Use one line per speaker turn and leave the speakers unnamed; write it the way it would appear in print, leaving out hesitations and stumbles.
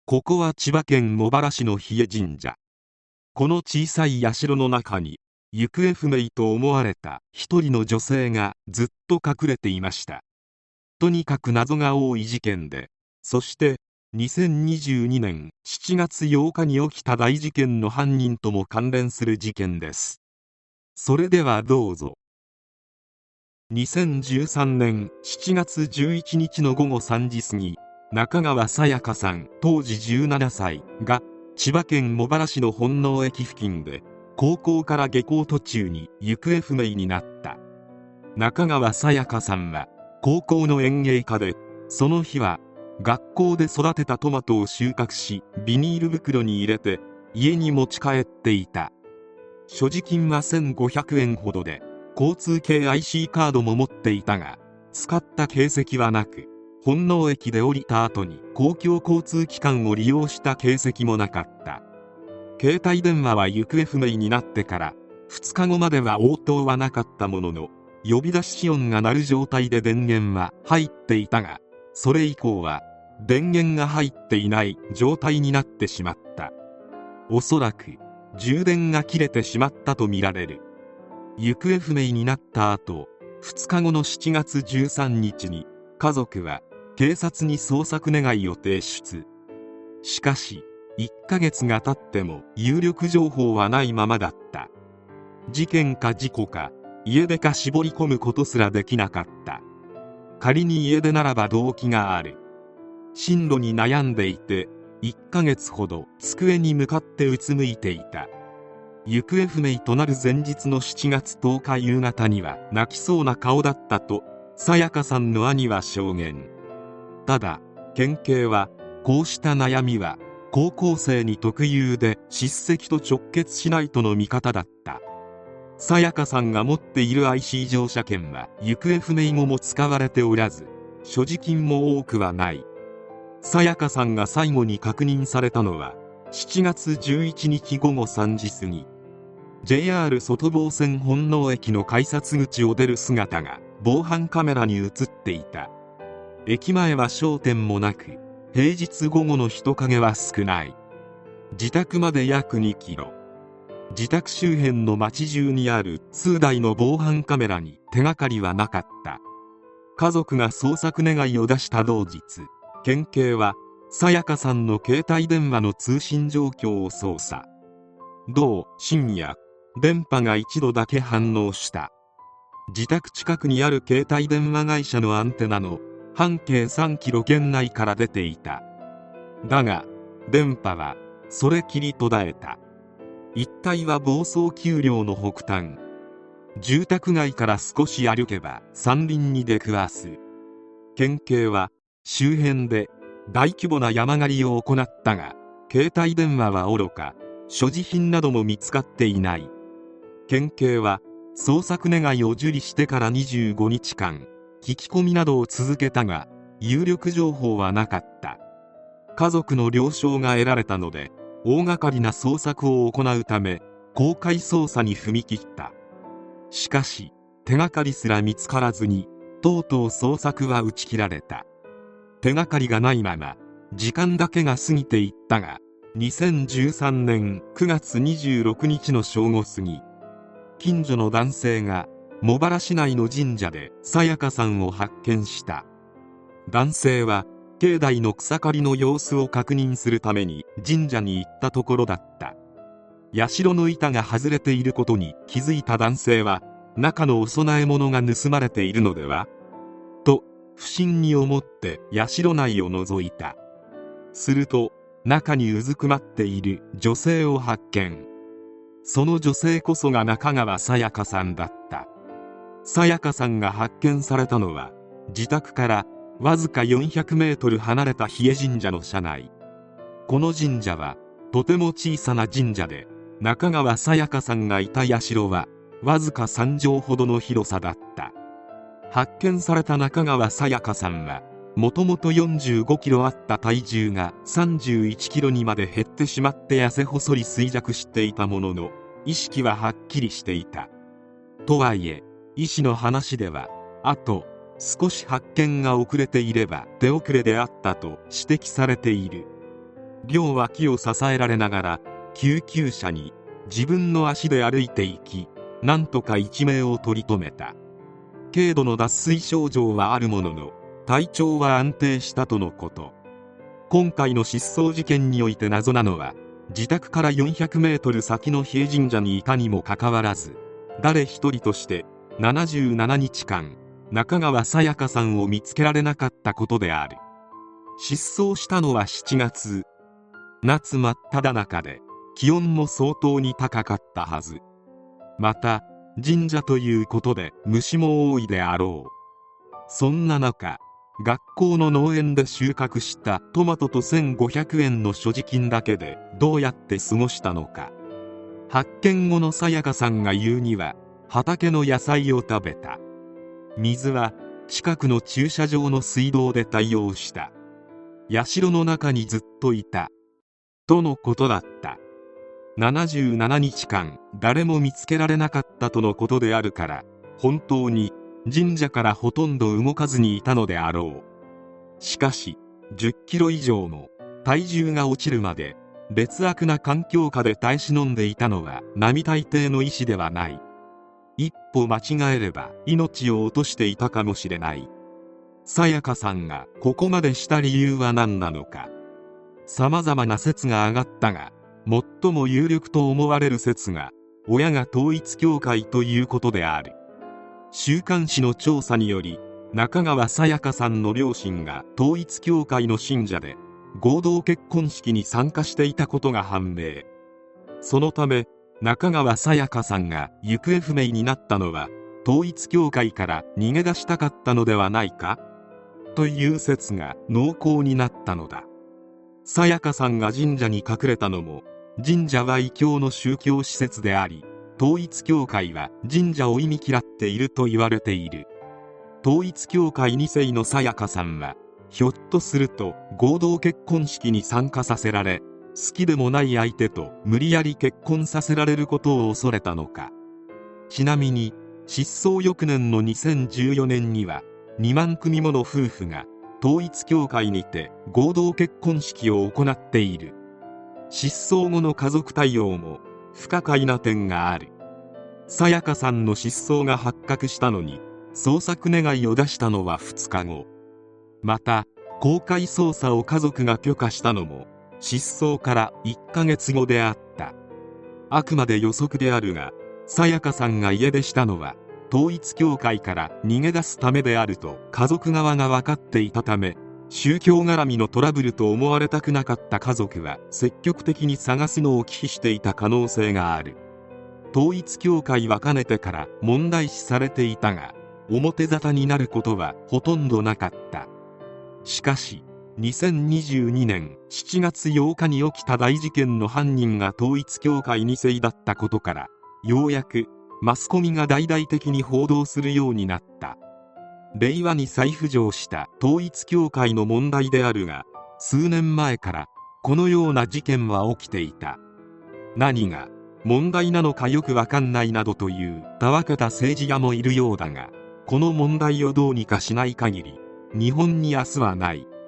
ここは千葉県茂原市の日枝神社。この小さい社の中に行方不明と思われた一人の女性がずっと隠れていました。とにかく謎が多い事件で、そして2022年7月8日に起きた大事件の犯人とも関連する事件です。それではどうぞ。2013年7月11日の午後3時過ぎ、中川紗耶香さん当時17歳が千葉県茂原市の本納駅付近で高校から下校途中に行方不明になった。中川紗耶香さんは高校の園芸家で、その日は学校で育てたトマトを収穫しビニール袋に入れて家に持ち帰っていた。所持金は1500円ほどで、交通系 IC カードも持っていたが使った形跡はなく、本納駅で降りた後に公共交通機関を利用した形跡もなかった。携帯電話は行方不明になってから2日後までは応答はなかったものの、呼び出し音が鳴る状態で電源は入っていたが、それ以降は電源が入っていない状態になってしまった。おそらく充電が切れてしまったとみられる。行方不明になった後、2日後の7月13日に家族は警察に捜索願を提出。しかし1ヶ月が経っても有力情報はないままだった。事件か事故か家出か絞り込むことすらできなかった。仮に家出ならば動機がある。進路に悩んでいて1ヶ月ほど机に向かってうつむいていた。行方不明となる前日の7月10日夕方には泣きそうな顔だったと紗耶香さんの兄は証言。ただ県警はこうした悩みは高校生に特有で叱責と直結しないとの見方だった。紗耶香さんが持っている IC 乗車券は行方不明後も使われておらず、所持金も多くはない。紗耶香さんが最後に確認されたのは7月11日午後3時過ぎ、 JR 外房線本納駅の改札口を出る姿が防犯カメラに映っていた。駅前は商店もなく、平日午後の人影は少ない。自宅まで約2キロ。自宅周辺の街中にある数台の防犯カメラに手がかりはなかった。家族が捜索願を出した同日、県警は紗耶香さんの携帯電話の通信状況を捜査。同深夜、電波が一度だけ反応した。自宅近くにある携帯電話会社のアンテナの半径3キロ圏内から出ていた。だが電波はそれきり途絶えた。一帯は房総丘陵の北端、住宅街から少し歩けば山林に出くわす。県警は周辺で大規模な山狩りを行ったが、携帯電話はおろか所持品なども見つかっていない。県警は捜索願を受理してから25日間聞き込みなどを続けたが有力情報はなかった。家族の了承が得られたので大掛かりな捜索を行うため公開捜査に踏み切った。しかし手がかりすら見つからずにとうとう捜索は打ち切られた。手がかりがないまま時間だけが過ぎていったが、2013年9月26日の正午過ぎ、近所の男性が茂原市内の神社で紗耶香さんを発見した。男性は境内の草刈りの様子を確認するために神社に行ったところだった。社の板が外れていることに気づいた男性は、中のお供え物が盗まれているのではと不審に思って社内を覗いた。すると中にうずくまっている女性を発見。その女性こそが中川紗耶香さんだった。紗耶香さんが発見されたのは自宅からわずか400メートル離れた日枝神社の社内。この神社はとても小さな神社で、中川紗耶香さんがいた社はわずか3畳ほどの広さだった。発見された中川紗耶香さんはもともと45キロあった体重が31キロにまで減ってしまって痩せ細り衰弱していたものの、意識ははっきりしていた。とはいえ医師の話では、あと少し発見が遅れていれば手遅れであったと指摘されている。 両脇を支えられながら救急車に自分の足で歩いていき、なんとか一命を取り留めた。軽度の脱水症状はあるものの体調は安定したとのこと。今回の失踪事件において謎なのは、自宅から400メートル先の比叡神社にいたにもかかわらず、誰一人として77日間中川紗夜嘉さんを見つけられなかったことである。失踪したのは7月。夏真っ只中で気温も相当に高かったはず。また神社ということで虫も多いであろう。そんな中、学校の農園で収穫したトマトと1500円の所持金だけでどうやって過ごしたのか。発見後の紗夜嘉さんが言うには、畑の野菜を食べた。水は近くの駐車場の水道で対応した。社の中にずっといたとのことだった。77日間誰も見つけられなかったとのことであるから、本当に神社からほとんど動かずにいたのであろう。しかし10キロ以上も体重が落ちるまで劣悪な環境下で耐え忍んでいたのは並大抵の医師ではない。一歩間違えれば命を落としていたかもしれない。紗夜嘉さんがここまでした理由は何なのか。様々な説が上がったが、最も有力と思われる説が親が統一教会ということである。週刊誌の調査により、中川紗夜嘉さんの両親が統一教会の信者で合同結婚式に参加していたことが判明。そのため中川紗夜嘉さんが行方不明になったのは統一教会から逃げ出したかったのではないかという説が濃厚になったのだ。紗夜嘉さんが神社に隠れたのも、神社は異教の宗教施設であり、統一教会は神社を忌み嫌っていると言われている。統一教会2世の紗夜嘉さんはひょっとすると合同結婚式に参加させられ、好きでもない相手と無理やり結婚させられることを恐れたのか。ちなみに失踪翌年の2014年には2万組もの夫婦が統一教会にて合同結婚式を行っている。失踪後の家族対応も不可解な点がある。紗夜嘉さんの失踪が発覚したのに捜索願を出したのは2日後。また公開捜査を家族が許可したのも失踪から1ヶ月後であった。あくまで予測であるが、紗夜嘉さんが家出したのは統一教会から逃げ出すためであると家族側が分かっていたため、宗教絡みのトラブルと思われたくなかった家族は積極的に探すのを忌避していた可能性がある。統一教会はかねてから問題視されていたが、表沙汰になることはほとんどなかった。しかし2022年7月8日に起きた大事件の犯人が統一教会2世だったことから、ようやくマスコミが大々的に報道するようになった。令和に再浮上した統一教会の問題であるが、数年前からこのような事件は起きていた。何が問題なのかよくわかんないなどというたわけた政治家もいるようだが、この問題をどうにかしない限り日本に明日はない。